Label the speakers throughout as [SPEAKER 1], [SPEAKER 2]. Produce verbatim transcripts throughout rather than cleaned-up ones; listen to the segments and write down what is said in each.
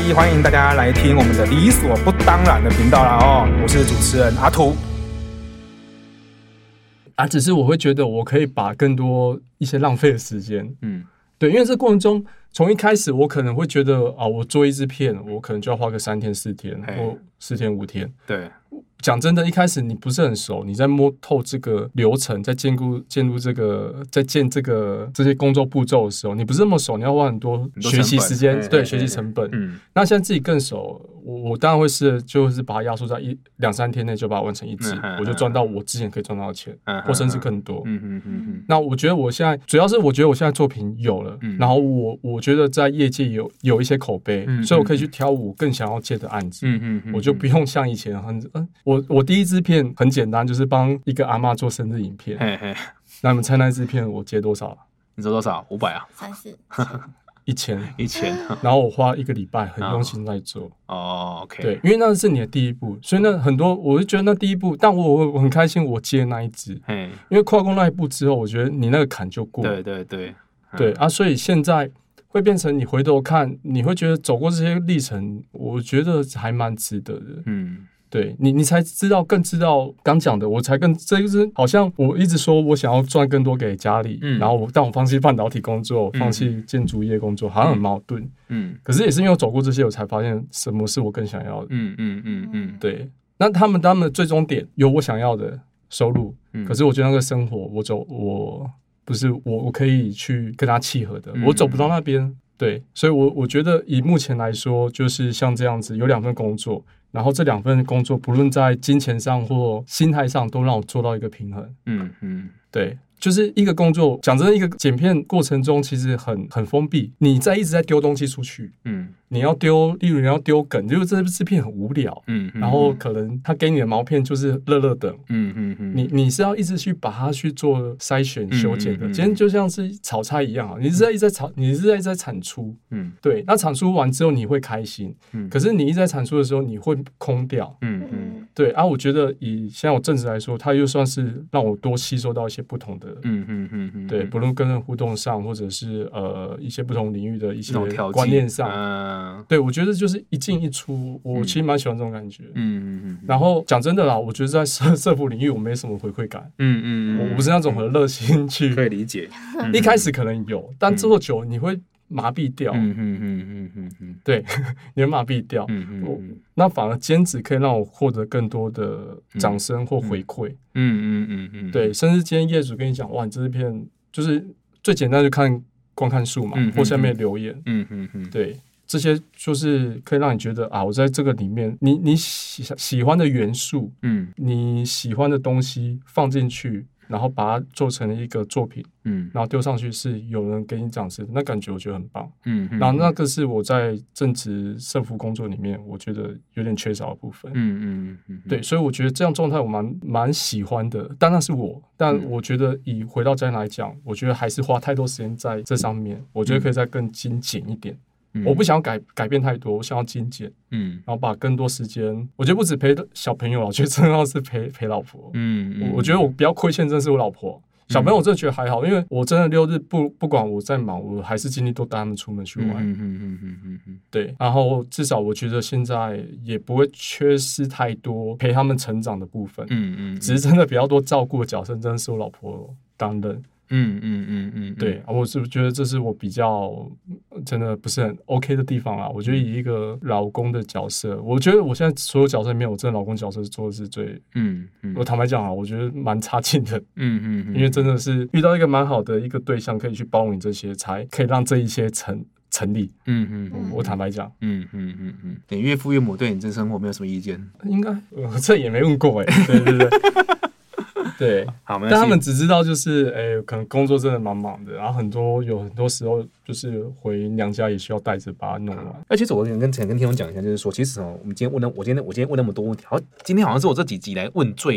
[SPEAKER 1] 集，欢迎大家来听我们的理所不当然的频道啦哦，我是主持人阿图。
[SPEAKER 2] 啊，只是我会觉得我可以把更多一些浪费的时间，嗯，对，因为这过程中，从一开始我可能会觉得啊，我做一支片，我可能就要花个三天四天，或四天五天，
[SPEAKER 1] 对。
[SPEAKER 2] 讲真的，一开始你不是很熟，你在摸透这个流程，在建构、建入这个、在建这个这些工作步骤的时候，你不是那么熟，你要花很多学习时间，对，学习成本。嗯，那现在自己更熟，我我当然会是就是把它压缩在一两三天内就把它完成一支，嗯、我就赚到我之前可以赚到的钱，嗯、或甚至更多。嗯嗯嗯嗯。那我觉得我现在主要是我觉得我现在作品有了，嗯、然后我我觉得在业界有有一些口碑，嗯、所以我可以去挑我更想要接的案子。嗯嗯嗯，我就不用像以前很嗯。我我第一支片很简单，就是帮一个阿嬷做生日影片。嘿嘿，那你们猜那支片我接多少？
[SPEAKER 3] 你说多少？五百啊？
[SPEAKER 4] 三四
[SPEAKER 2] 一千
[SPEAKER 3] 一千。
[SPEAKER 2] 然后我花一个礼拜很用心在做。
[SPEAKER 3] 哦 ，OK。
[SPEAKER 2] 对，因为那是你的第一步，所以那很多我就觉得那第一步，但我我很开心我接那一支，因为跨过那一步之后，我觉得你那个坎就过。
[SPEAKER 3] 对对对，
[SPEAKER 2] 嗯、对啊，所以现在。会变成你回头看，你会觉得走过这些历程，我觉得还蛮值得的。嗯，对你，你才知道，更知道刚讲的，我才更这就是好像我一直说我想要赚更多给家里，嗯、然后我但我放弃半导体工作，嗯、放弃建筑业工作，好像很矛盾。嗯，可是也是因为我走过这些，我才发现什么是我更想要的。嗯嗯嗯嗯，对。那他们他们的最终点有我想要的收入，嗯、可是我觉得那个生活，我走我。不是我，我可以去跟他契合的，我走不到那边，对，所以我，我我觉得以目前来说，就是像这样子，有两份工作，然后这两份工作，不论在金钱上或心态上，都让我做到一个平衡，嗯嗯，对。就是一个工作，讲真的，一个剪片过程中其实很很封闭，你在一直在丢东西出去，嗯，你要丢，例如你要丢梗，就是这支片很无聊，嗯，然后可能他给你的毛片就是乐乐等，嗯嗯嗯，你你是要一直去把它去做筛选修剪的，今天就像是炒菜一样啊，你是在一直在炒，你是在在产出，嗯，对，那产出完之后你会开心，嗯，可是你一直在产出的时候你会空掉，嗯嗯，对啊，我觉得以现在我正职来说，它又算是让我多吸收到一些不同的。嗯嗯嗯嗯，对，不论跟人互动上，或者是呃一些不同领域的一些观念上，嗯、对我觉得就是一进一出，我其实蛮喜欢这种感觉。嗯嗯嗯。然后讲真的啦，我觉得在社社服领域我没什么回馈感。嗯嗯嗯，我不是那种很热心去，
[SPEAKER 3] 可以理解。
[SPEAKER 2] 一开始可能有，但做久你会麻痹掉。嗯嗯嗯嗯嗯嗯，对，你会麻痹掉。嗯嗯嗯。那反而兼职可以让我获得更多的掌声或回馈。嗯嗯嗯嗯，对，甚至今天业主跟你讲，哇，你这支片就是最简单就看观看数嘛，嗯、或下面留言，嗯嗯嗯，对，这些就是可以让你觉得啊，我在这个里面，你你喜喜欢的元素，嗯，你喜欢的东西放进去。然后把它做成一个作品，嗯，然后丢上去是有人给你掌声，那感觉我觉得很棒，嗯，然后那个是我在正职社服工作里面，我觉得有点缺少的部分，嗯嗯嗯，对，所以我觉得这样状态我蛮蛮喜欢的，但那是我，但我觉得以回到家来讲，我觉得还是花太多时间在这上面，我觉得可以再更精简一点。嗯、我不想要改改变太多，我想要精简，嗯，然后把更多时间，我觉得不止陪小朋友，我觉得真的是陪陪老婆，嗯，嗯我我觉得我比较亏欠，真的是我老婆。小朋友我真的觉得还好，因为我真的六日不不管我在忙，我还是尽力都带他们出门去玩，嗯嗯嗯嗯嗯嗯，对，然后至少我觉得现在也不会缺失太多陪他们成长的部分，嗯嗯，只是真的比较多照顾的角色，真的是我老婆担任。嗯嗯嗯嗯，对，我是觉得这是我比较真的不是很 OK 的地方啦。我觉得以一个老公的角色，我觉得我现在所有角色里面，我真的老公角色做的是最，嗯嗯，我坦白讲啊，我觉得蛮差劲的，嗯嗯嗯，因为真的是遇到一个蛮好的一个对象，可以去包容你这些，才可以让这一些成成立。嗯嗯嗯，我坦白讲，嗯嗯嗯嗯，
[SPEAKER 3] 你岳父岳母对你这生活没有什么意见？
[SPEAKER 2] 应该，我这也没问过哎、欸，对对对。对，好，但他们只知道就是，哎、欸，可能工作真的蛮忙的，然后很多有很多时候就是回娘家也需要带着把它弄完。
[SPEAKER 3] 哎，其实我跟跟跟听众讲一下，就是说，其实哦，我们今天问了，我今天我今天问那么多问题，好，今天好像是我这几集来问最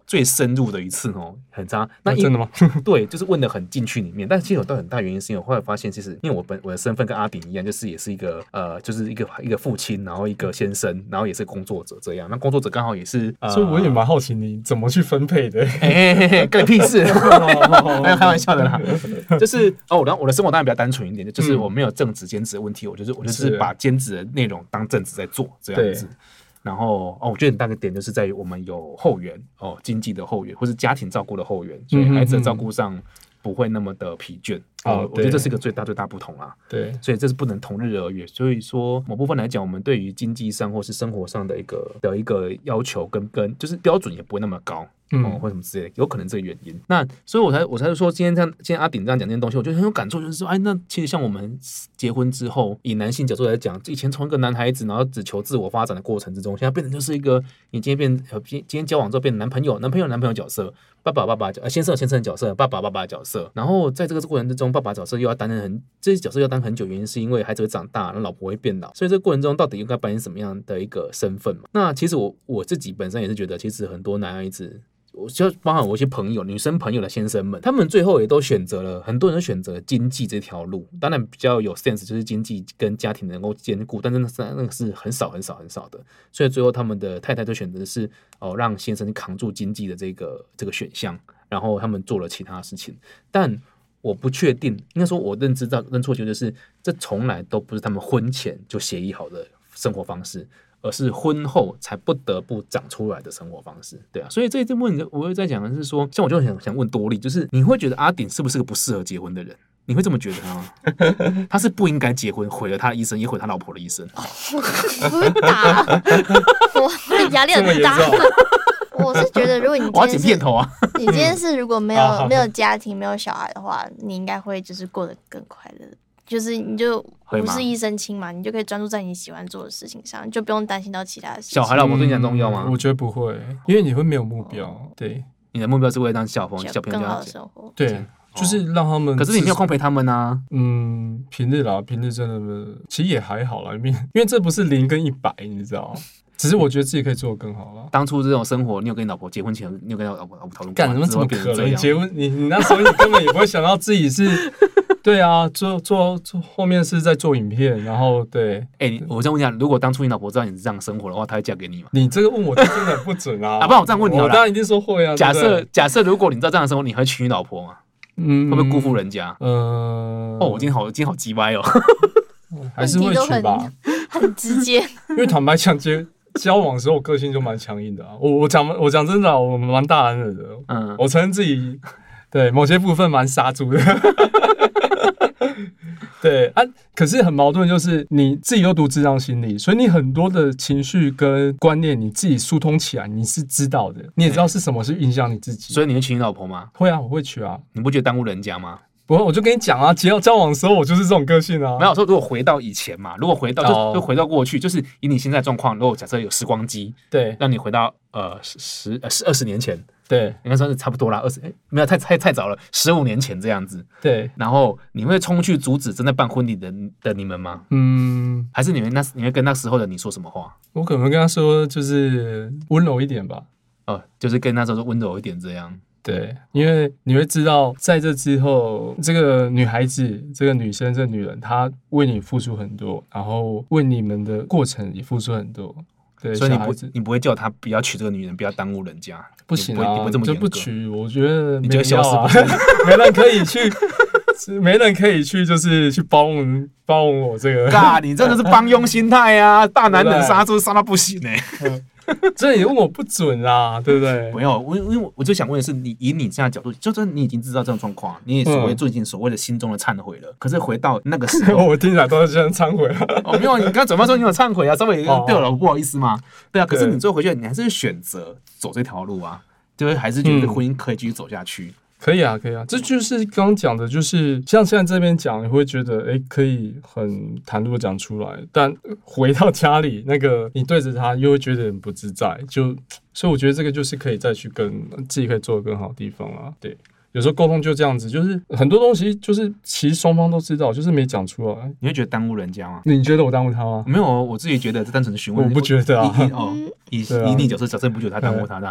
[SPEAKER 3] 最深入的一次哦，很差。那、
[SPEAKER 2] 哦、真的吗？
[SPEAKER 3] 对，就是问的很进去里面。但其实有到很大原因是因为我后来发现，其实因为我本我的身份跟阿鼎一样，就是也是一个呃，就是一个一个父亲，然后一个先生，然后也是工作者这样。那工作者刚好也是，呃、
[SPEAKER 2] 所以我也蛮好奇你怎么去分配的。
[SPEAKER 3] 哎、欸，干屁事！没有开玩笑的啦。就是哦，然后我的生活当然比较单纯一点，就是我没有正职兼职的问题，我就是我就是把兼职的内容当正职在做这样子。然后哦，我觉得很大的点就是在于我们有后援哦，经济的后援或是家庭照顾的后援，所以孩子的照顾上不会那么的疲倦。哦，我觉得这是一个最大最大不同啦。
[SPEAKER 2] 对，
[SPEAKER 3] 所以这是不能同日而语。所以说，某部分来讲，我们对于经济上或是生活上的一个的一个要求跟跟就是标准也不会那么高。嗯，哦，或什么之类的，有可能这个原因。那所以我才我才说，今天这样，今天阿鼎这样讲这些东西，我就很有感触，就是说，哎，那其实像我们结婚之后，以男性角度来讲，以前从一个男孩子，然后只求自我发展的过程之中，现在变成就是一个，你今天变，呃，今天交往之后变成男朋友，男朋友男朋友角色，爸爸爸爸呃先生有先生的角色，爸爸爸爸的角色。然后在这个过程之中，爸爸角色又要担任很这些角色要担很久，原因是因为孩子会长大，那老婆会变老，所以这个过程中到底应该扮演什么样的一个身份嘛？那其实我我自己本身也是觉得，其实很多男孩子。我就包含我一些朋友，女生朋友的先生们，他们最后也都选择了，很多人都选择经济这条路。当然比较有 sense 就是经济跟家庭能够兼顾，但真的是那个是很少很少很少的。所以最后他们的太太就选择的是哦，让先生扛住经济的这个这个选项，然后他们做了其他事情。但我不确定，应该说我认知到认错就是这从来都不是他们婚前就协议好的生活方式。而是婚后才不得不长出来的生活方式，对啊，所以这一部分我会在讲的是说，像我就想想问多莉，就是你会觉得阿鼎是不是个不适合结婚的人？你会这么觉得吗？他是不应该结婚，毁了他的一生，也毁他老婆的一生。
[SPEAKER 4] 我会打，我压力很大。我是觉得，如果你
[SPEAKER 3] 我要剪片头啊，
[SPEAKER 4] 你今天是如果没有没有家庭、没有小孩的话，你应该会就是过得更快乐。就是你就不是一身轻嘛，你就可以专注在你喜欢做的事情上，就不用担心到其他的事情。
[SPEAKER 3] 小孩老婆对你很重要吗？
[SPEAKER 2] 我觉得不会，因为你会没有目标。哦、对，
[SPEAKER 3] 你的目标是为了让小朋友小朋友
[SPEAKER 4] 更好的生活。
[SPEAKER 2] 对，就是让他们。
[SPEAKER 3] 可是你没有空陪他们啊。
[SPEAKER 2] 嗯，平日啦，平日真的其实也还好啦，因为因为这不是零跟一百，你知道。只是我觉得自己可以做得更好了。
[SPEAKER 3] 当初这种生活，你有跟你老婆结婚前，你有跟老婆老婆讨论过？
[SPEAKER 2] 干什么怎么可能？结婚你你那时候你根本也不会想到自己是，对啊，做做做后面是在做影片，然后对。
[SPEAKER 3] 哎、欸，我再问一下，如果当初你老婆知道你是这样生活的话，她会嫁给你吗？
[SPEAKER 2] 你这个问我真的很不准啊！
[SPEAKER 3] 啊，不然我这样问你好了，
[SPEAKER 2] 我当然一定说会啊。
[SPEAKER 3] 假设假设如果你知道这样的生活，你会娶你老婆吗？嗯，会不会辜负人家？嗯，哦，我今天好今天好鸡歪哦，
[SPEAKER 2] 还是会娶吧，
[SPEAKER 4] 很直接。
[SPEAKER 2] 因为坦白讲，结交往的时候，我个性就蛮强硬的啊。我我讲我讲真的、啊，我蛮大男人的。嗯，我承认自己对某些部分蛮杀猪的。对啊，可是很矛盾，就是你自己又读智障心理，所以你很多的情绪跟观念，你自己疏通起来，你是知道的，你也知道是什么是影响你自己。
[SPEAKER 3] 所以你会娶你老婆吗？
[SPEAKER 2] 会啊，我会娶啊。
[SPEAKER 3] 你不觉得耽误人家吗？
[SPEAKER 2] 不过我就跟你讲啊，交交往的时候我就是这种个性啊。
[SPEAKER 3] 没有说如果回到以前嘛，如果回到就就回到过去，就是以你现在状况，如果假设有时光机，对，让你回到呃十呃十二十年前，对，应该算是差不多啦，二十哎没有太太太早了，十五年前这样子，对。然后你会冲去阻止正在办婚礼的的你们吗？嗯，还是你们那你会跟那时候的你说什么话？
[SPEAKER 2] 我可能会跟他说，就是温柔一点吧。
[SPEAKER 3] 哦，就是跟那时候温柔一点这样。
[SPEAKER 2] 对，因为你会知道，在这之后，这个女孩子、这个女生、这个女人，她为你付出很多，然后为你们的过程也付出很多。对，
[SPEAKER 3] 所以你不你不会叫她不要娶这个女人，不要耽误人家。
[SPEAKER 2] 不行啊，
[SPEAKER 3] 你不会这么严格。
[SPEAKER 2] 就不娶，我觉得
[SPEAKER 3] 你觉得消失不
[SPEAKER 2] 是没人可以去，没人可以去，就是去包容包容我这个。
[SPEAKER 3] 嘎，你真的是帮佣心态啊！大男人杀猪杀到不行哎、欸。
[SPEAKER 2] 这你问我不准啊，对不对？
[SPEAKER 3] 没有，我因为我就想问的是，你以你这样的角度，就是你已经知道这种状况，你也所谓最近所谓的心中的忏悔了。可是回到那个时候，
[SPEAKER 2] 我听起来都是像忏悔了。
[SPEAKER 3] 哦，没有，你刚刚转发说你有忏悔啊，稍微对我老婆不好意思吗？对啊，可是你最后回去，你还是选择走这条路啊，对，还是觉得婚姻可以继续走下去。
[SPEAKER 2] 可以啊，可以啊，这就是刚刚讲的，就是像现在这边讲，你会觉得哎，可以很坦露的讲出来，但回到家里，那个你对着他又会觉得很不自在，就所以我觉得这个就是可以再去跟自己可以做得更好的地方啊。对，有时候沟通就这样子，就是很多东西就是其实双方都知道，就是没讲出来。
[SPEAKER 3] 你会觉得耽误人家吗？
[SPEAKER 2] 你觉得我耽误他吗？
[SPEAKER 3] 没有，我自己觉得这单纯的询问。
[SPEAKER 2] 我不觉得啊。
[SPEAKER 3] 哦，以以你角色角色，你不觉得他耽误他这样子？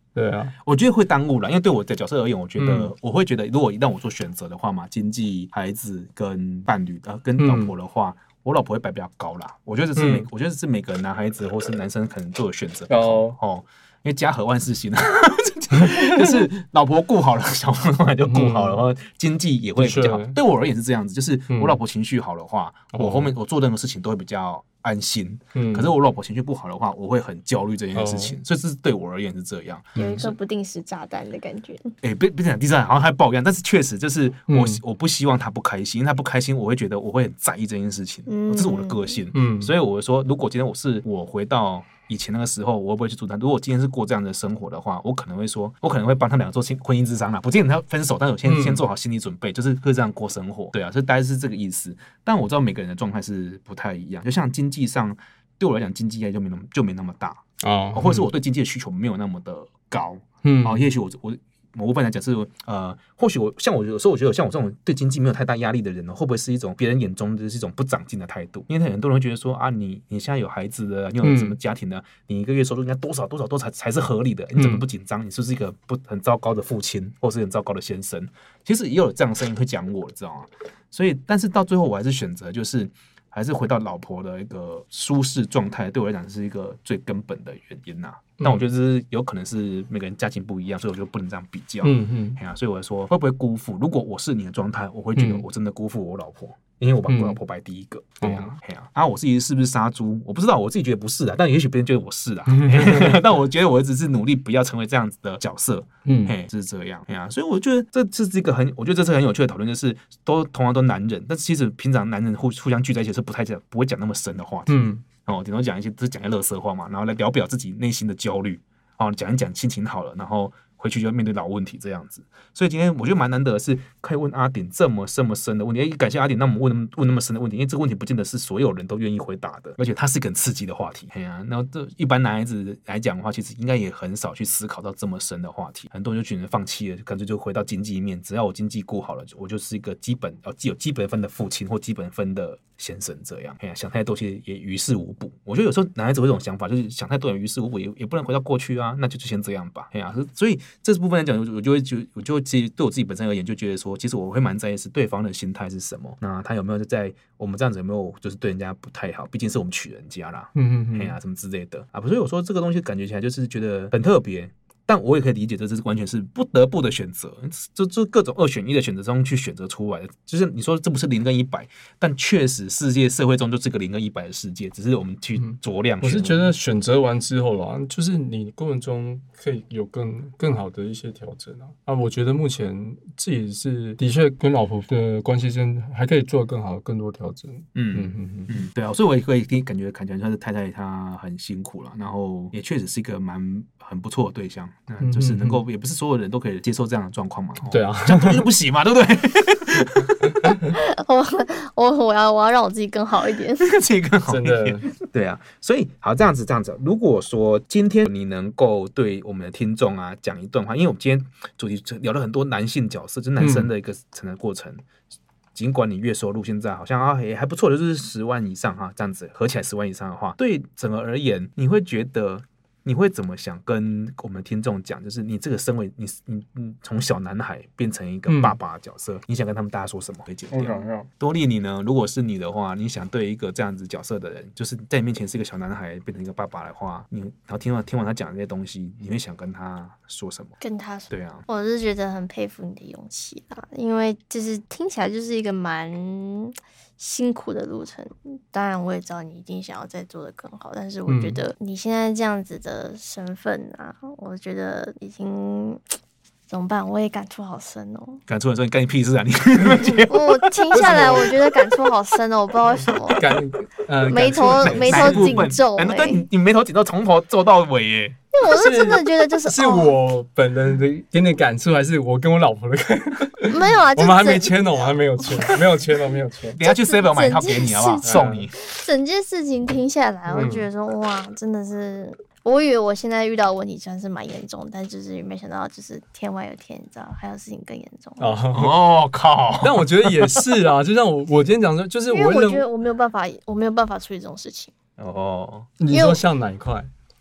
[SPEAKER 2] 对啊，
[SPEAKER 3] 我觉得会耽误了，因为对我的角色而言，我觉得、嗯、我会觉得，如果让我做选择的话嘛，经济、孩子跟伴侣呃跟老婆的话。嗯，我老婆会摆比较高啦，我觉得这是每、嗯、我觉得是每个男孩子或是男生可能做的选择不同哦，因为家和万事兴啊，就是老婆顾好了，小朋友就顾好了，然后、嗯、经济也会比较好。对我而言是这样子，就是我老婆情绪好的话，嗯、我后面我做任何事情都会比较安心。嗯，可是我老婆情绪不好的话，我会很焦虑这件事情，嗯、所以这是对我而言是这样。
[SPEAKER 4] 有一个不定时炸弹的感觉。
[SPEAKER 3] 哎、欸，别别讲第三，好像还抱怨，但是确实就是我、嗯、我不希望他不开心，因为他不开心，我会觉得我会很在意这件事情，嗯、这是我的个性。嗯，所以我说，如果今天我是我回到以前那个时候，我会不会去阻挡？如果今天是过这样的生活的话，我可能会说，我可能会帮他们两个做婚姻諮商啦，不见得他分手，但是我先、嗯、先做好心理準備，就是會這樣過生活。對啊，所以大概是這個意思。但我知道每個人的狀態是不太一樣，就像經濟上，對我來講，經濟壓力就沒那麼就沒那麼大哦，或者是我對經濟的需求沒有那麼的高。嗯，哦，也許我我。某部分來講是呃，或許我像我有時候我覺得像我這種對經濟沒有太大壓力的人呢，會不會是一種別人眼中就是一種不長進的態度？因為很多人會覺得說啊，你你現在有孩子的，你有什麼家庭的，你一個月收入應該多少多少多少才是合理的？你怎麼不緊張？你是不是一個不很糟糕的父親，或是很糟糕的先生？其實也有這樣的聲音會講我，知道嗎？所以，但是到最後我還是選擇就是還是回到老婆的一個舒適狀態，對我來講是一個最根本的原因吶、啊。但我覺得是有可能是每個人家境不一樣，所以我就不能這樣比較。嗯嗯，哎呀，所以我說會不會辜負？如果我是你的狀態，我會覺得我真的辜負我老婆，因為我把我老婆擺第一個。對啊，哎呀，啊，我自己是不是殺豬？我不知道，我自己覺得不是啊，但也許別人覺得我是啊。但我覺得我只是努力不要成為這樣子的角色。嗯，嘿，是這樣。哎呀，所以我覺得這這是一個很，我覺得這是很有趣的討論，就是都同樣都男人，但是其實平常男人互互相聚在一起是不太講，不會講那麼深的話題。嗯。哦，頂多講一些，就是講一些垃圾話嘛，然後來聊表自己內心的焦慮，哦，講一講心情好了，然後回去就要面對老問題這樣子。所以今天我覺得蠻難得的是可以問阿鼎這麼這麼深的問題，也感謝阿鼎讓我們問問那麼深的問題，因為這個問題不見得是所有人都願意回答的，而且它是一個很刺激的話題。哎呀、啊，然後這一般男孩子來講的話，其實應該也很少去思考到這麼深的話題，很多人就選擇放棄了，乾脆就回到經濟面，只要我經濟顧好了，我就是一個基本哦，既有基本分的父親或基本分的先生這樣。哎呀，想太多其實也於事無補。我覺得有時候男孩子會有這種想法，就是想太多也於事無補，也也不能回到過去啊，那就就先這樣吧。哎呀，所以這部分來講，我就會就我就會自己對我自己本身而言，就覺得說，其實我會蠻在意是對方的心態是什麼，那他有沒有在我們這樣子有沒有就是對人家不太好，畢竟是我們娶人家啦，嗯嗯嗯，哎呀，什麼之類的啊，所以我說這個東西感覺起來就是覺得很特別。但我也可以理解，這是完全是不得不的選擇，就就各種二選一的選擇中去選擇出來的。就是你說這不是零跟一百，但確實世界社會中就是個零跟一百的世界，只是我們去酌量、嗯。我
[SPEAKER 2] 是覺得選擇完之後啦，就是你過程中可以有更更好的一些調整啊。啊，我覺得目前自己是的確跟老婆的關係間還可以做更好、更多調整。嗯
[SPEAKER 3] 嗯嗯嗯嗯，對啊，所以我也可以感覺感覺，像是太太她很辛苦了，然後也確實是一個蠻很不錯的對象。嗯，就是能夠，也不是所有人都可以接受這樣的狀況嘛。
[SPEAKER 2] 對啊，
[SPEAKER 3] 這樣就不行嘛，對不對？
[SPEAKER 4] 我我我要我要讓我自己更好一點，
[SPEAKER 3] 自己更好一點。對啊，所以好，這樣子這樣子。如果說今天你能夠對我們的聽眾啊講一段話，因為我們今天主題聊了很多男性角色，就是男生的一個成長過程。儘管你月收入現在好像啊也還不錯，就是十萬以上哈，這樣子合起來十萬以上的話，對整個而言，你會覺得？你會怎麼想跟我們聽眾講？就是你這個身為你你你從小男孩變成一個爸爸的角色，嗯、你想跟他們大家說什麼？可以剪掉。
[SPEAKER 2] Okay,
[SPEAKER 3] 多莉你呢？如果是你的話，你想對一個這樣子角色的人，就是在你面前是一個小男孩變成一個爸爸的話，你然後聽完聽完他講這些東西，你會想跟他說什麼？
[SPEAKER 4] 跟他說，
[SPEAKER 3] 對啊，
[SPEAKER 4] 我是覺得很佩服你的勇氣啦，因為就是聽起來就是一個蠻辛苦的路程。當然我也知道你一定想要再做得更好，但是我覺得你現在這樣子的身份啊，我覺得已經怎麼辦？我也感觸好深哦。
[SPEAKER 3] 感觸很深，你干你屁事啊你！
[SPEAKER 4] 我聽下來，我覺得感觸好深哦，我不知道為什麼。感呃，眉頭眉頭緊皺、欸。
[SPEAKER 3] 對，你你眉頭緊皺，從頭皺到尾耶。
[SPEAKER 4] 因為我是真的覺得就是
[SPEAKER 2] 是我本人的一點點感觸，還是我跟我老婆的感觸？
[SPEAKER 4] 沒有啊，
[SPEAKER 2] 我們還沒簽哦，我還沒有簽，沒有簽哦，沒有簽。
[SPEAKER 3] 等下去 seven 買一套給你好不好？送你。
[SPEAKER 4] 整件事情聽下來，我覺得說哇，真的是。我以為我現在遇到的問題算是蠻嚴重，但就是沒想到就是天外有天，你知道，還有事情更嚴重。
[SPEAKER 2] 哦，哦靠！但我覺得也是啊，就像我我今天講說，就是我
[SPEAKER 4] 因為我覺得我沒有辦法，我沒有辦法處理這種事情。
[SPEAKER 3] 哦，
[SPEAKER 2] 你說像哪一塊？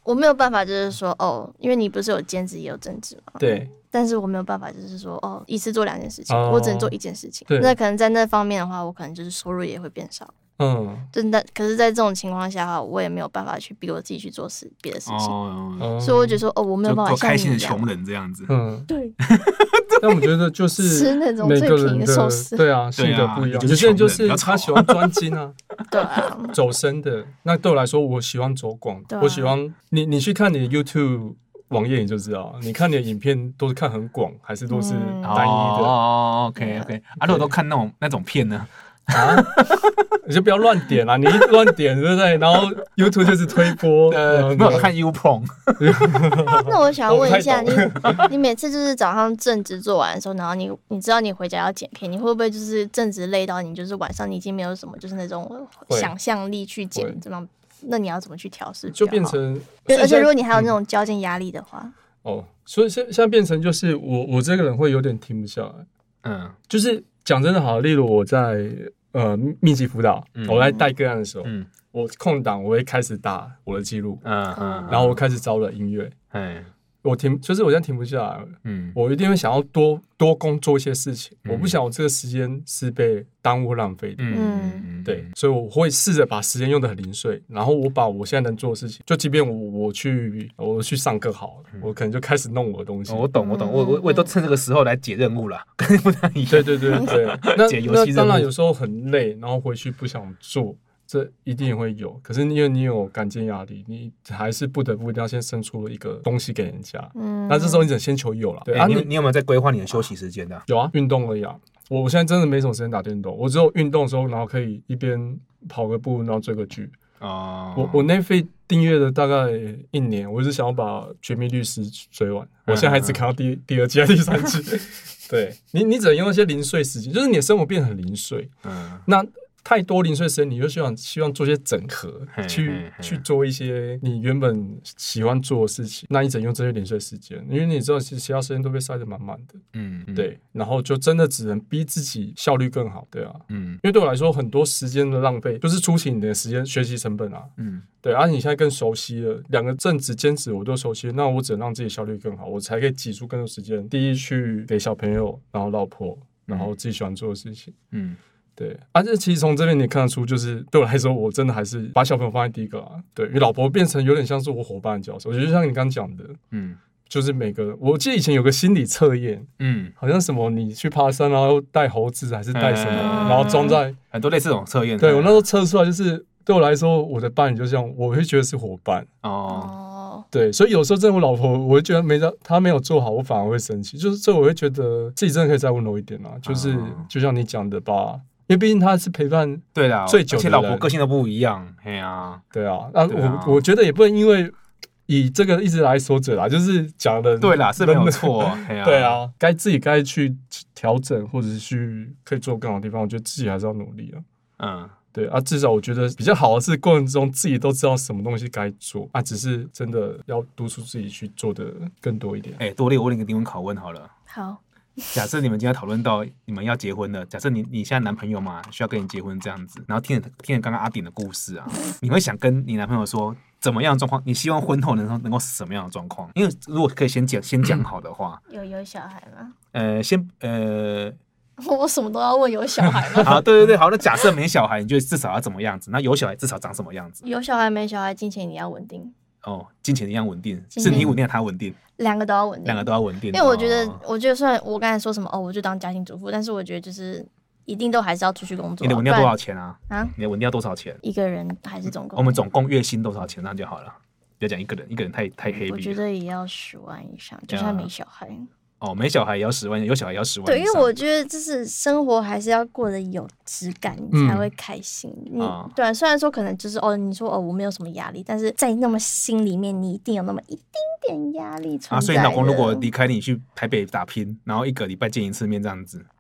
[SPEAKER 4] 我没有办法，就是说哦，因为你不是有兼职也有正职嘛，
[SPEAKER 2] 对。
[SPEAKER 4] 但是我没有办法，就是说哦，一次做两件事情，
[SPEAKER 2] 哦、
[SPEAKER 4] 我只能做一件事情。那可能在那方面的话，我可能就是收入也会变少。嗯，真的。可是，在这种情况下的话，我也没有办法去逼我自己去做事别的事情，哦、所以我觉得说哦，我没有办法像你一样，
[SPEAKER 3] 开心的穷人这样子。
[SPEAKER 2] 嗯，
[SPEAKER 4] 对。
[SPEAKER 2] 但我觉得就是
[SPEAKER 4] 吃那种最便宜的寿司，
[SPEAKER 2] 对啊，性格不一样。有些人就是他喜欢专精啊，
[SPEAKER 4] 对啊，
[SPEAKER 2] 走深的。那对我来说，我喜欢走广，啊、我喜欢你，你去看你的 YouTube 网页你就知道，你看你的影片都是看很广，还是都是单一的？
[SPEAKER 3] 哦 ，OK OK。啊，如果都看那种那种片呢？
[SPEAKER 2] 啊，你就不要乱点啦！你一乱点，对不对？然后 YouTube 就是推播，
[SPEAKER 3] 呃，没有看 YouPorn。
[SPEAKER 4] 那我想问一下，你你每次就是早上正职做完的时候，然后你你知道你回家要剪片，你会不会就是正职累到你就是晚上你已经没有什么就是那种想象力去剪这样？那你要怎么去调试？
[SPEAKER 2] 就变成，
[SPEAKER 4] 而且如果你还有那种交件压力的话，
[SPEAKER 2] 哦，所以现现在变成就是我我这个人会有点停不下来，嗯，就是讲真的好，例如我在。呃，密集辅导，嗯、我在带个案的时候，嗯、我空档我会开始打我的记录，嗯嗯、然后我开始找了音乐，嗯、我停，就是我现在停不下来了，嗯、我一定会想要多多工做一些事情，嗯、我不想我这个时间是被耽误浪费的，嗯、对，所以我会试着把时间用得很零碎，然后我把我现在能做的事情，就即便我我去我去上课好了，嗯、我可能就开始弄我的东西。
[SPEAKER 3] 哦、我懂我懂，我我我也都趁这个时候来解任务啦，跟不太一样。
[SPEAKER 2] 对对对对，那解游戏任务。那当然有时候很累，然后回去不想做。这一定会有，可是因为你有感件压力，你还是不得不一定要先生出一个东西给人家。嗯，那这时候你只能先求有了。对、
[SPEAKER 3] 欸、啊，你你有没有在规划你的休息时间的、啊？
[SPEAKER 2] 有啊，运动而已啊。我我现在真的没什么时间打电动，我只有运动的时候，然后可以一边跑个步，然后追个剧。哦，我我 Netflix 订阅了大概一年，我是想要把《绝命律师》追完，我现在还只看到第第二季还是第三季。对你，你只能用一些零碎时间，就是你的生活变得很零碎。嗯，那。太多零碎时间，你就希望希望做些整合，去去做一些你原本喜欢做的事情。那你只能用这些零碎时间，因为你知道，其实其他时间都被塞得满满的。嗯，对，然后就真的只能逼自己效率更好，对啊，嗯，因为对我来说，很多时间的浪费就是出勤你的时间学习成本啊。嗯，对，而、啊、你现在更熟悉了，两个正职兼职我都熟悉了，那我只能让自己效率更好，我才可以挤出更多时间。第一，去给小朋友，然后老婆，然后自己喜欢做的事情。嗯。对，而、啊、且其实从这边你看得出，就是对我来说，我真的还是把小朋友放在第一个啊。对，因为老婆变成有点像是我伙伴的角色。我觉得像你刚刚讲的，嗯，就是每个，我记得以前有个心理测验，嗯，好像什么你去爬山，然后带猴子还是带什么，嗯、然后装在
[SPEAKER 3] 很多类似这种测验。
[SPEAKER 2] 对我那时候测出来，就是对我来说，我的伴侣就像我会觉得是伙伴哦。对，所以有时候真的我老婆，我会觉得没她没有做好，我反而会生气。就是所以我会觉得自己真的可以再温柔一点啊。就是就像你讲的吧。因为毕竟他是陪伴
[SPEAKER 3] 对啦
[SPEAKER 2] 最久的人，
[SPEAKER 3] 而且老婆个性都不一样，嘿啊，
[SPEAKER 2] 对啊，啊，我啊我觉得也不能因为以这个一直来说者啦，就是讲的
[SPEAKER 3] 对啦是没有错，嘿啊
[SPEAKER 2] 对啊，该自己该去调整或者是去可以做更好的地方，我觉得自己还是要努力啊，嗯，对啊，至少我觉得比较好的是过程中自己都知道什么东西该做啊，只是真的要督促自己去做的更多一点。
[SPEAKER 3] 哎、欸，多利，我问你个灵魂拷问好了，
[SPEAKER 4] 好。
[SPEAKER 3] 假设你们今天讨论到你们要结婚了，假设你你现在男朋友嘛需要跟你结婚这样子，然后听了听了刚刚阿鼎的故事啊，你会想跟你男朋友说怎么样的状况？你希望婚后能能够是什么样的状况？因为如果可以先讲先讲好的话，
[SPEAKER 4] 有有小孩吗？
[SPEAKER 3] 呃，先呃，
[SPEAKER 4] 我什么都要问有小孩吗？
[SPEAKER 3] 好，对对对，好，那假设没小孩，你觉得至少要怎么样子？那有小孩至少长什么样子？
[SPEAKER 4] 有小孩没小孩，金钱你要稳定。
[SPEAKER 3] 哦，金钱一样稳定，是你稳定，他稳定，
[SPEAKER 4] 两个都要稳定，
[SPEAKER 3] 两个都要稳定。
[SPEAKER 4] 因为我觉得，哦、我觉得虽然我刚才说什么哦，我就当家庭主妇，但是我觉得就是一定都还是要出去工作。
[SPEAKER 3] 你的稳定要多少钱啊？啊，你的稳定要多少钱？
[SPEAKER 4] 一个人还是总共？
[SPEAKER 3] 我们总共月薪多少钱？那就好了。不要讲一个人，一个人太太黑。
[SPEAKER 4] 我觉得也要十万以上，就算没小孩。
[SPEAKER 3] 哦，没小孩也要十万，有小孩也要十万。
[SPEAKER 4] 对，因为我觉得就是生活还是要过得有质感，你才会开心。嗯、你对、啊，虽然说可能就是哦，你说哦，我没有什么压力，但是在那么心里面，你一定有那么一丁点压力存在的。
[SPEAKER 3] 啊，所以老公如果离开你去台北打拼，然后一个礼拜见一次面这样子，会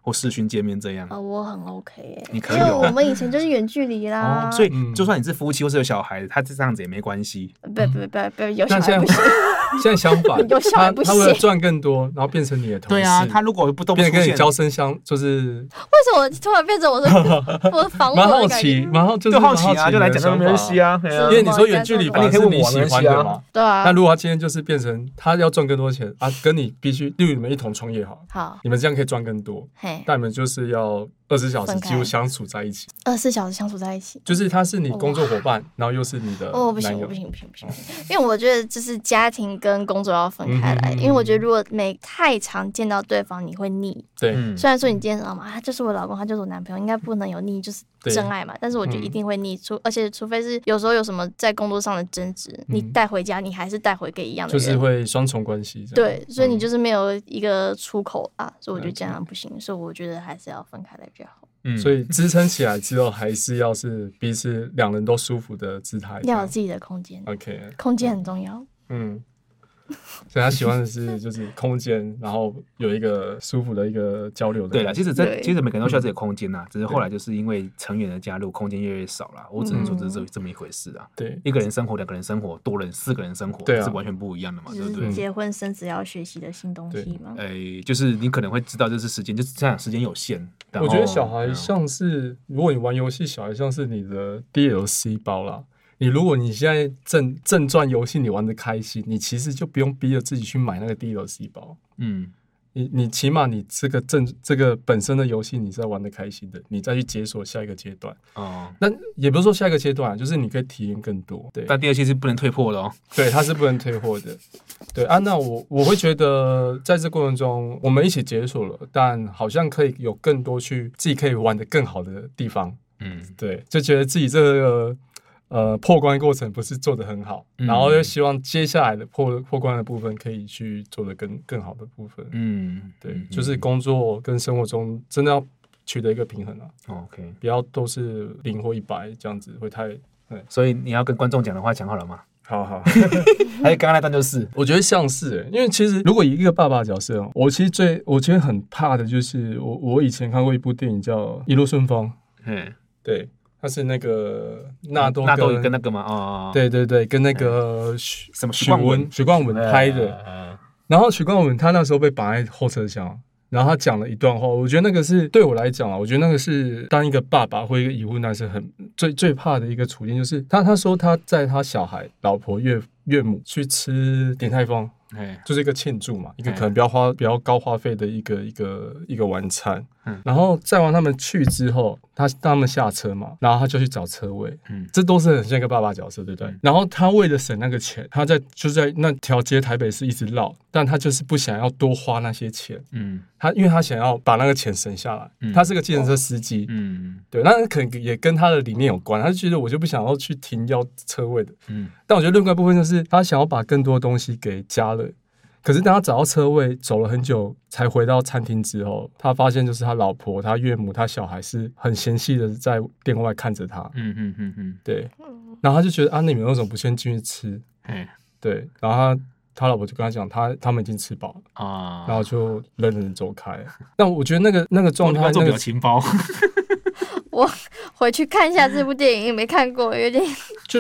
[SPEAKER 3] 或视讯见面这样？
[SPEAKER 4] 呃，我很 OK 耶、欸，
[SPEAKER 3] 你可以、
[SPEAKER 4] 因为我们以前就是远距离啦、
[SPEAKER 3] 哦，所以就算你是夫妻或是有小孩，他这样子也没关系。
[SPEAKER 4] 不不不不，有小孩不行。
[SPEAKER 2] 现在相反，
[SPEAKER 4] 有小孩不行，
[SPEAKER 2] 他为了赚更多，然后变成你的同事。
[SPEAKER 3] 对啊，他如果不都不
[SPEAKER 2] 变成跟你交生相，就是
[SPEAKER 4] 为什么突然变成我的我的房？
[SPEAKER 2] 蛮好奇，蛮好就是
[SPEAKER 3] 好奇啊，就来讲这个没关系啊。
[SPEAKER 2] 因为你说远距离，反正是你喜欢的嘛。
[SPEAKER 4] 对啊。
[SPEAKER 2] 那如果他今天就是变成他要赚更多钱啊，跟你必须，例如你们一同创业好，
[SPEAKER 4] 好，
[SPEAKER 2] 你们这样可以赚更多，但你们就是要二十小时几乎相处在一起。
[SPEAKER 4] 二十四小时相处在一起，
[SPEAKER 2] 就是他是你工作伙伴，然后又是你的
[SPEAKER 4] 哦，不行不行不行不行，因为我觉得就是家庭跟工作要分开来，因为我觉得如果每太常见到对方，你会腻。
[SPEAKER 2] 对，
[SPEAKER 4] 虽然说你今天知道嘛，他就是我老公，他就是我男朋友，应该不能有腻，就是真爱嘛。但是我觉得一定会腻，除而且除非是有时候有什么在工作上的争执，你带回家，你还是带回给一样的人，
[SPEAKER 2] 就是会双重关系。
[SPEAKER 4] 对，所以你就是没有一个出口啊，所以我觉得这样不行，所以我觉得还是要分开来比较好。
[SPEAKER 2] 嗯，所以支撑起来之后，还是要是彼此两人都舒服的姿态，
[SPEAKER 4] 要有自己的空间。
[SPEAKER 2] OK，
[SPEAKER 4] 空间很重要。
[SPEAKER 2] 嗯。所以他喜欢的是就是空间，然后有一个舒服的一个交流的。
[SPEAKER 3] 对啦，其实这其实每个人都需要这个空间呐，只是后来就是因为成员的加入，空间越来越少啦。我只能说这是这么一回事啊。
[SPEAKER 2] 对，
[SPEAKER 3] 一个人生活，两个人生活，多人四个人生活，这是完全不一样的嘛，对不对？
[SPEAKER 4] 结婚生子要学习的新东西嘛。
[SPEAKER 3] 哎，就是你可能会知道，这是时间，就是这样，时间有限。
[SPEAKER 2] 我觉得小孩像是，如果你玩游戏，小孩像是你的 D L C 包啦。你如果你现在正正传游戏你玩的开心，你其实就不用逼着自己去买那个 D L C 包。嗯，你你起码你这个正这个本身的游戏你是在玩的开心的，你再去解锁下一个阶段。哦，那也不是说下一个阶段，就是你可以体验更多。对，
[SPEAKER 3] 但第二期是不能退货的哦。
[SPEAKER 2] 对，它是不能退货的。对啊，那我我会觉得在这过程中我们一起解锁了，但好像可以有更多去自己可以玩得更好的地方。嗯，对，就觉得自己这个。呃，破关过程不是做得很好，嗯、然后又希望接下来的破破关的部分可以去做得更更好的部分。嗯，对，嗯、就是工作跟生活中真的要取得一个平衡啊。
[SPEAKER 3] OK，
[SPEAKER 2] 不要都是零或一百这样子，会太……对，
[SPEAKER 3] 所以你要跟观众讲的话讲好了吗？
[SPEAKER 2] 好好，
[SPEAKER 3] 还有刚刚那段就是，
[SPEAKER 2] 我觉得像是、欸，因为其实如果以一个爸爸的角色，我其实最我觉得很怕的就是我我以前看过一部电影叫《一路顺风》，嗯，对。他是那个纳豆
[SPEAKER 3] 纳豆跟那个嘛，哦，
[SPEAKER 2] 对对对，跟那个许
[SPEAKER 3] 什么
[SPEAKER 2] 许冠文许冠文拍的，然后许冠文他那时候被绑在后车厢，然后他讲了一段话，我觉得那个是对我来讲啊，我觉得那个是当一个爸爸或一个已婚男生很最最怕的一个处境，就是他他说他在他小孩、老婆、岳岳母去吃鼎泰丰。就是一个庆祝嘛，一个可能比较花比较高花费的一个一个一个晚餐，嗯、然后载完他们去之后，他他们下车嘛，然后他就去找车位，嗯，这都是很像一个爸爸角色，对不对？嗯、然后他为了省那个钱，他在就在那条街台北市一直绕，但他就是不想要多花那些钱，嗯，他因为他想要把那个钱省下来，嗯、他是个计程车司机，嗯，对，那可能也跟他的理念有关，他就觉得我就不想要去停要车位的，嗯，但我觉得另外一部分就是他想要把更多东西给家人。可是当他找到车位，走了很久才回到餐厅之后，他发现就是他老婆、他岳母、他小孩是很嫌弃的在店外看着他。嗯嗯嗯嗯，对。然后他就觉得啊，那你们为什么不先进去吃？嗯，对。然后他他老婆就跟他讲，他他们已经吃饱了啊，然后就冷冷走开。但我觉得那个那个状态，
[SPEAKER 3] 那个表情包，
[SPEAKER 4] 我回去看一下这部电影，没看过，有点
[SPEAKER 2] 就是。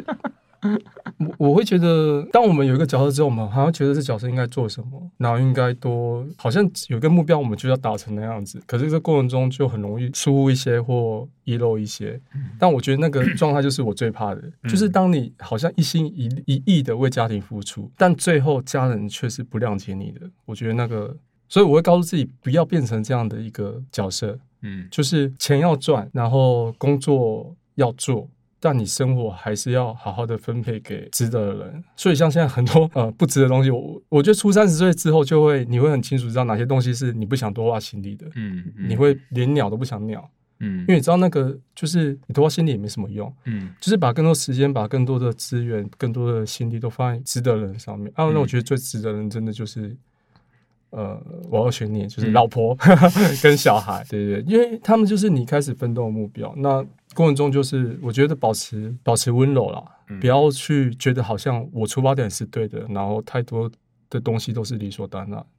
[SPEAKER 2] 我会觉得，当我们有一个角色之后，我们好像觉得这角色应该做什么，然后应该多，好像有一个目标，我们就要达成那样子。可是这过程中就很容易疏忽一些或遗漏一些。但我觉得那个状态就是我最怕的，就是当你好像一心一一意的为家庭付出，但最后家人却是不谅解你的。我觉得那个，所以我会告诉自己不要变成这样的一个角色。嗯，就是钱要赚，然后工作要做。但你生活还是要好好的分配给值得的人，所以像现在很多呃不值得的东西，我我觉得出三十岁之后就会，你会很清楚知道哪些东西是你不想多花心力的，嗯，嗯你会连鸟都不想鸟，嗯，因为你知道那个就是你多花心力也没什么用，嗯，就是把更多时间、把更多的资源、更多的心力都放在值得的人上面。啊，那我觉得最值得的人真的就是。呃，我要选你，就是老婆、嗯、跟小孩，对对对，因为他们就是你开始奋斗的目标。那过程中就是我觉得保持保持温柔啦，嗯、不要去觉得好像我出发点是对的，然后太多的东西都是理所当然。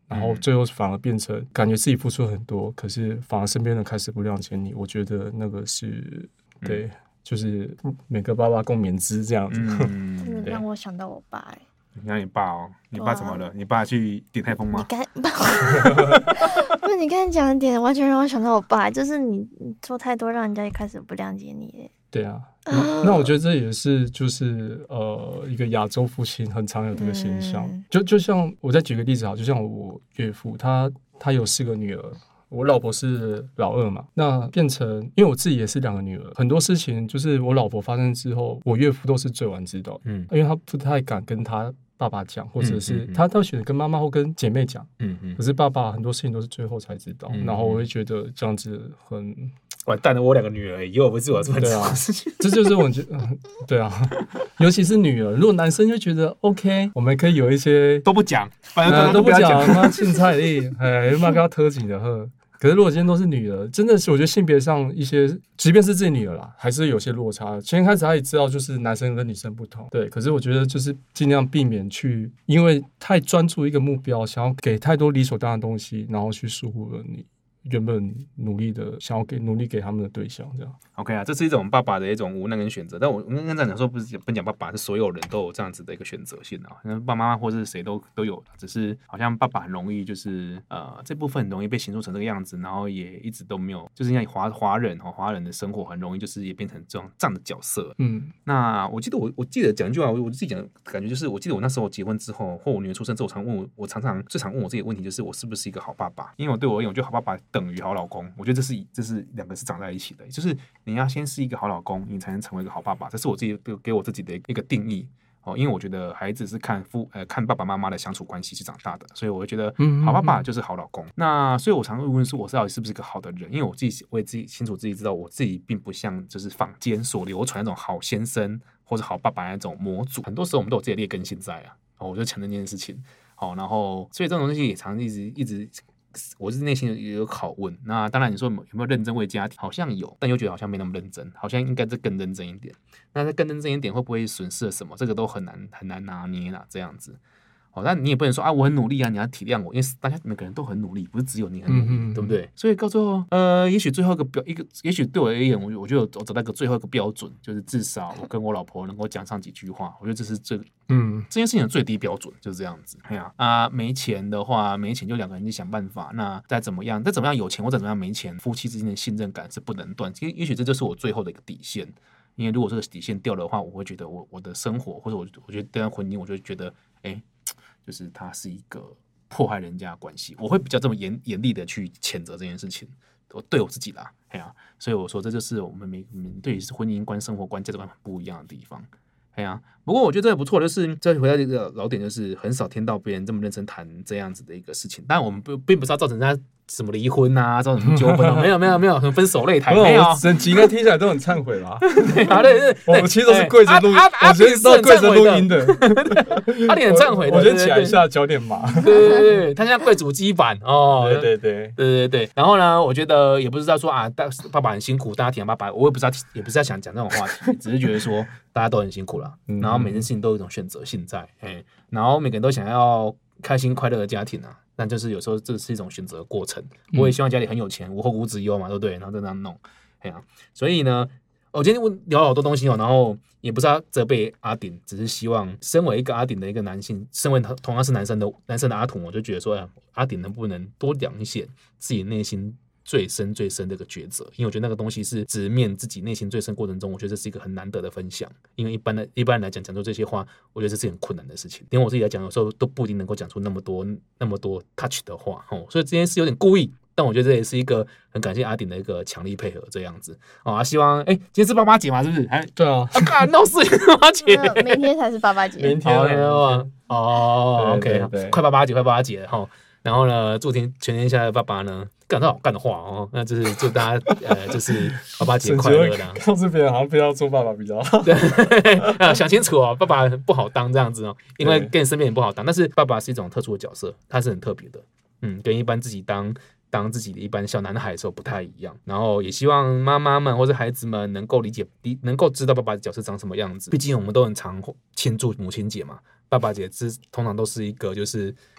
[SPEAKER 2] 然后最后反而变成感觉自己付出很多，可是反而身边人开始不谅解你。我觉得那个是对，就是每个爸爸共勉之这样子。
[SPEAKER 4] 嗯、真的让我想到我爸哎、欸。
[SPEAKER 3] 你看你爸哦，你爸怎么了？你爸去顶泰丰吗？
[SPEAKER 4] 你刚不是你刚才讲的点，完全让我想到我爸，就是你你做太多，让人家一开始不谅解你耶。
[SPEAKER 2] 对啊，那, 那我觉得这也是就是呃一个亚洲父亲很常有这个现象。嗯、就就像我再举个例子好，就像我岳父，他他有四个女儿。我老婆是老二嘛，那变成因为我自己也是两个女儿，很多事情就是我老婆发生之后，我岳父都是最晚知道，嗯，因为他不太敢跟他爸爸讲，或者是他他选择跟妈妈或跟姐妹讲，嗯嗯，可是爸爸很多事情都是最后才知道，嗯、然后我会觉得这样子很
[SPEAKER 3] 完蛋了，我两个女儿以后不是我做这种事情，
[SPEAKER 2] 这就是我觉得、嗯，对啊，尤其是女儿，如果男生就觉得 OK， 我们可以有一些
[SPEAKER 3] 都不讲，反正、呃、
[SPEAKER 2] 都不讲，妈青菜力，哎，妈跟他特紧的喝。可是如果今天都是女儿，真的是我觉得性别上一些，即便是自己女儿啦，还是有些落差。先开始他也知道就是男生跟女生不同，对。可是我觉得就是尽量避免去，因为太专注一个目标，想要给太多理所当然的东西，然后去疏忽了你原本努力的想要给努力给他们的对象，这样。
[SPEAKER 3] OK 啊，这是一种爸爸的一种无奈跟选择。但我刚刚讲说不是不讲爸爸，是所有人都有这样子的一个选择性啊。爸爸妈妈或者是谁都都有，只是好像爸爸很容易就是呃这部分很容易被形塑成这个样子，然后也一直都没有，就是像华华人哈华人的生活很容易就是也变成这种这样的角色。嗯，那我记得我我记得讲一句话，我我自己讲的感觉就是，我记得我那时候结婚之后或我女儿出生之后，我常问我我常常最常问我自己的问题就是我是不是一个好爸爸？因为我对我而言，我觉得好爸爸等于好老公，我觉得这是这是两个是长在一起的，就是你要先是一个好老公，你才能成为一个好爸爸，这是我自己给我自己的一个定义哦。因为我觉得孩子是看父呃看爸爸妈妈的相处关系是长大的，所以我会觉得好爸爸就是好老公。嗯嗯嗯那所以我常会问说，我到底是不是一个好的人？因为我自己我也自己清楚自己知道，我自己并不像就是坊间所流传那种好先生或者好爸爸那种模组。很多时候我们都有自己的劣根性在啊，哦，我就强调这件事情。好、哦，然后所以这种东西也常一直一直。我是内心也有拷问，那当然你说有没有认真为家庭，好像有，但又觉得好像没那么认真，好像应该再更认真一点。那再更认真一点，会不会损失了什么？这个都很难很难拿捏啦，这样子。哦，但你也不能说啊，我很努力啊，你要体谅我，因为大家每个人都很努力，不是只有你很努力，嗯嗯对不对？所以到最后，呃，也许最后一个标一个，也许对我而言，我我就我找到一个最后一个标准，就是至少我跟我老婆能够讲上几句话，我觉得这是最嗯这件事情的最低标准，就是这样子。哎呀啊，没钱的话，没钱就两个人去想办法。那再怎么样，再怎么样有钱或者怎么样没钱，夫妻之间的信任感是不能断。其实也许这就是我最后的一个底线。因为如果这个底线掉的话，我会觉得我我的生活或者我我觉得这段婚姻，我就觉得哎。欸就是它是一个迫害人家的关系，我会比较这么严严厉的去谴责这件事情，我对我自己啦，哎呀、啊，所以我说这就是我们每我们对于婚姻观、生活观、价值观很不一样的地方，哎呀、啊。不过我觉得这个不错，就是再回到这个老点，就是很少听到别人这么认真谈这样子的一个事情。当然，我们不并不是要造成他什么离婚啊，造成什么纠纷啊，没有没有没有，分手擂台没有，
[SPEAKER 2] 整集应该听起来都很忏悔啦。
[SPEAKER 3] 对啊，对对，
[SPEAKER 2] 我们其实都是跪着录，我觉得都跪着录音的。
[SPEAKER 3] 阿点很忏悔的，
[SPEAKER 2] 我先起来一下，脚点麻。
[SPEAKER 3] 对对对，他现在跪主机板哦。
[SPEAKER 2] 对对对
[SPEAKER 3] 对对对。然后呢，我觉得也不是在说啊，爸爸很辛苦，大家体谅爸爸，我也不是要也不是要想讲这种话题，只是觉得说大家都很辛苦啦，然后每件事情都有一种选择性在，哎，然后每个人都想要开心快乐的家庭啊。但就是有时候这是一种选择过程，我也希望家里很有钱，无后顾之忧嘛，对不对？然后就这样弄，哎呀、啊，所以呢，我今天聊了好多东西哦，然后也不是要责备阿鼎，只是希望身为一个阿鼎的一个男性，身为同样是男生的男生的阿土，我就觉得说，哎，阿鼎能不能多讲一些自己内心最深最深的一个抉择，因为我觉得那个东西是直面自己内心最深过程中，我觉得这是一个很难得的分享。因为一般的一般人来讲，讲出这些话，我觉得这是很困难的事情。连我自己来讲，有时候都不一定能够讲出那么多那么多 touch 的话，哦，所以这件事有点故意。但我觉得这也是一个很感谢阿鼎的一个强力配合，这样子啊。希望哎、欸，今天是爸爸节嘛，是不是？哎，
[SPEAKER 2] 对啊，
[SPEAKER 3] 啊，干闹事爸爸节，
[SPEAKER 4] 明天才是爸爸节，
[SPEAKER 2] 明天
[SPEAKER 3] 哦哦 ，OK，快爸爸节，快爸爸节哈。然后呢，祝天全天下的爸爸呢，干到好干的话哦，那就是祝大家呃，就是爸爸节快乐的。
[SPEAKER 2] 告诉别人好像不要做爸爸比较好。
[SPEAKER 3] 对，啊，想清楚哦，爸爸不好当这样子哦，因为跟身边也不好当。但是爸爸是一种特殊的角色，他是很特别的，嗯，跟一般自己当当自己的一般小男孩的时候不太一样。然后也希望妈妈们或者孩子们能够理解，能够知道爸爸的角色长什么样子。毕竟我们都很常庆祝母亲节嘛，爸爸节是通常都是一个就是。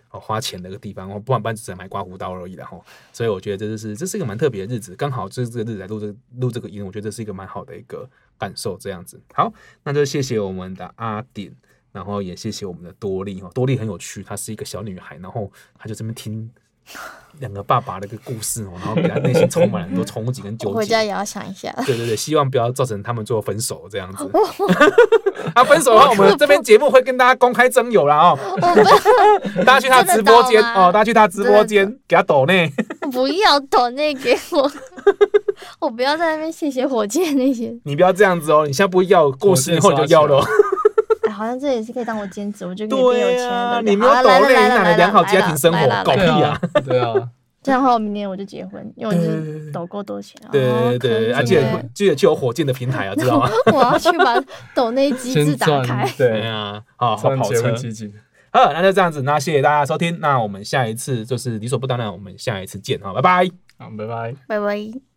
[SPEAKER 3] 哦花钱的一个地方，不然不然只是买刮胡刀而已的哈。所以我觉得这就是这是一个蛮特别的日子，刚好就是这个日子来录这录这个音，我觉得这是一个蛮好的一个感受。这样子，好，那就谢谢我们的阿典。然后也谢谢我们的多莉多莉很有趣，她是一个小女孩，然后她就这边听两个爸爸的一个故事，然后给她内心充满了很多憧憬跟纠结。
[SPEAKER 4] 回家也要想一下。
[SPEAKER 3] 对对对，希望不要造成他们最后分手这样子。啊，分手的话，我们这边节目会跟大家公开征友啦哦。大家去他直播间哦，大家去他直播间给他抖内。
[SPEAKER 4] 不要抖内给我，我不要在那边谢谢火箭那些。
[SPEAKER 3] 你不要这样子哦，你现在不会要，过十年后你就要了。
[SPEAKER 4] 好像这也是可以当我兼职，我就可以变有钱了。
[SPEAKER 3] 你没有抖内，你哪来良好家庭生活？搞屁啊！
[SPEAKER 2] 对啊，
[SPEAKER 4] 这样的话，我明年我就结婚，因为我是抖够多钱。
[SPEAKER 3] 对对对，而且记得去有火箭的平台啊，知道吗？
[SPEAKER 4] 我要去把抖内机制打开。
[SPEAKER 3] 对啊，好，好跑车。好，那就这样子，那谢谢大家收听，那我们下一次就是理所不当然，我们下一次见哈，拜拜。
[SPEAKER 2] 好，拜拜，
[SPEAKER 4] 拜拜。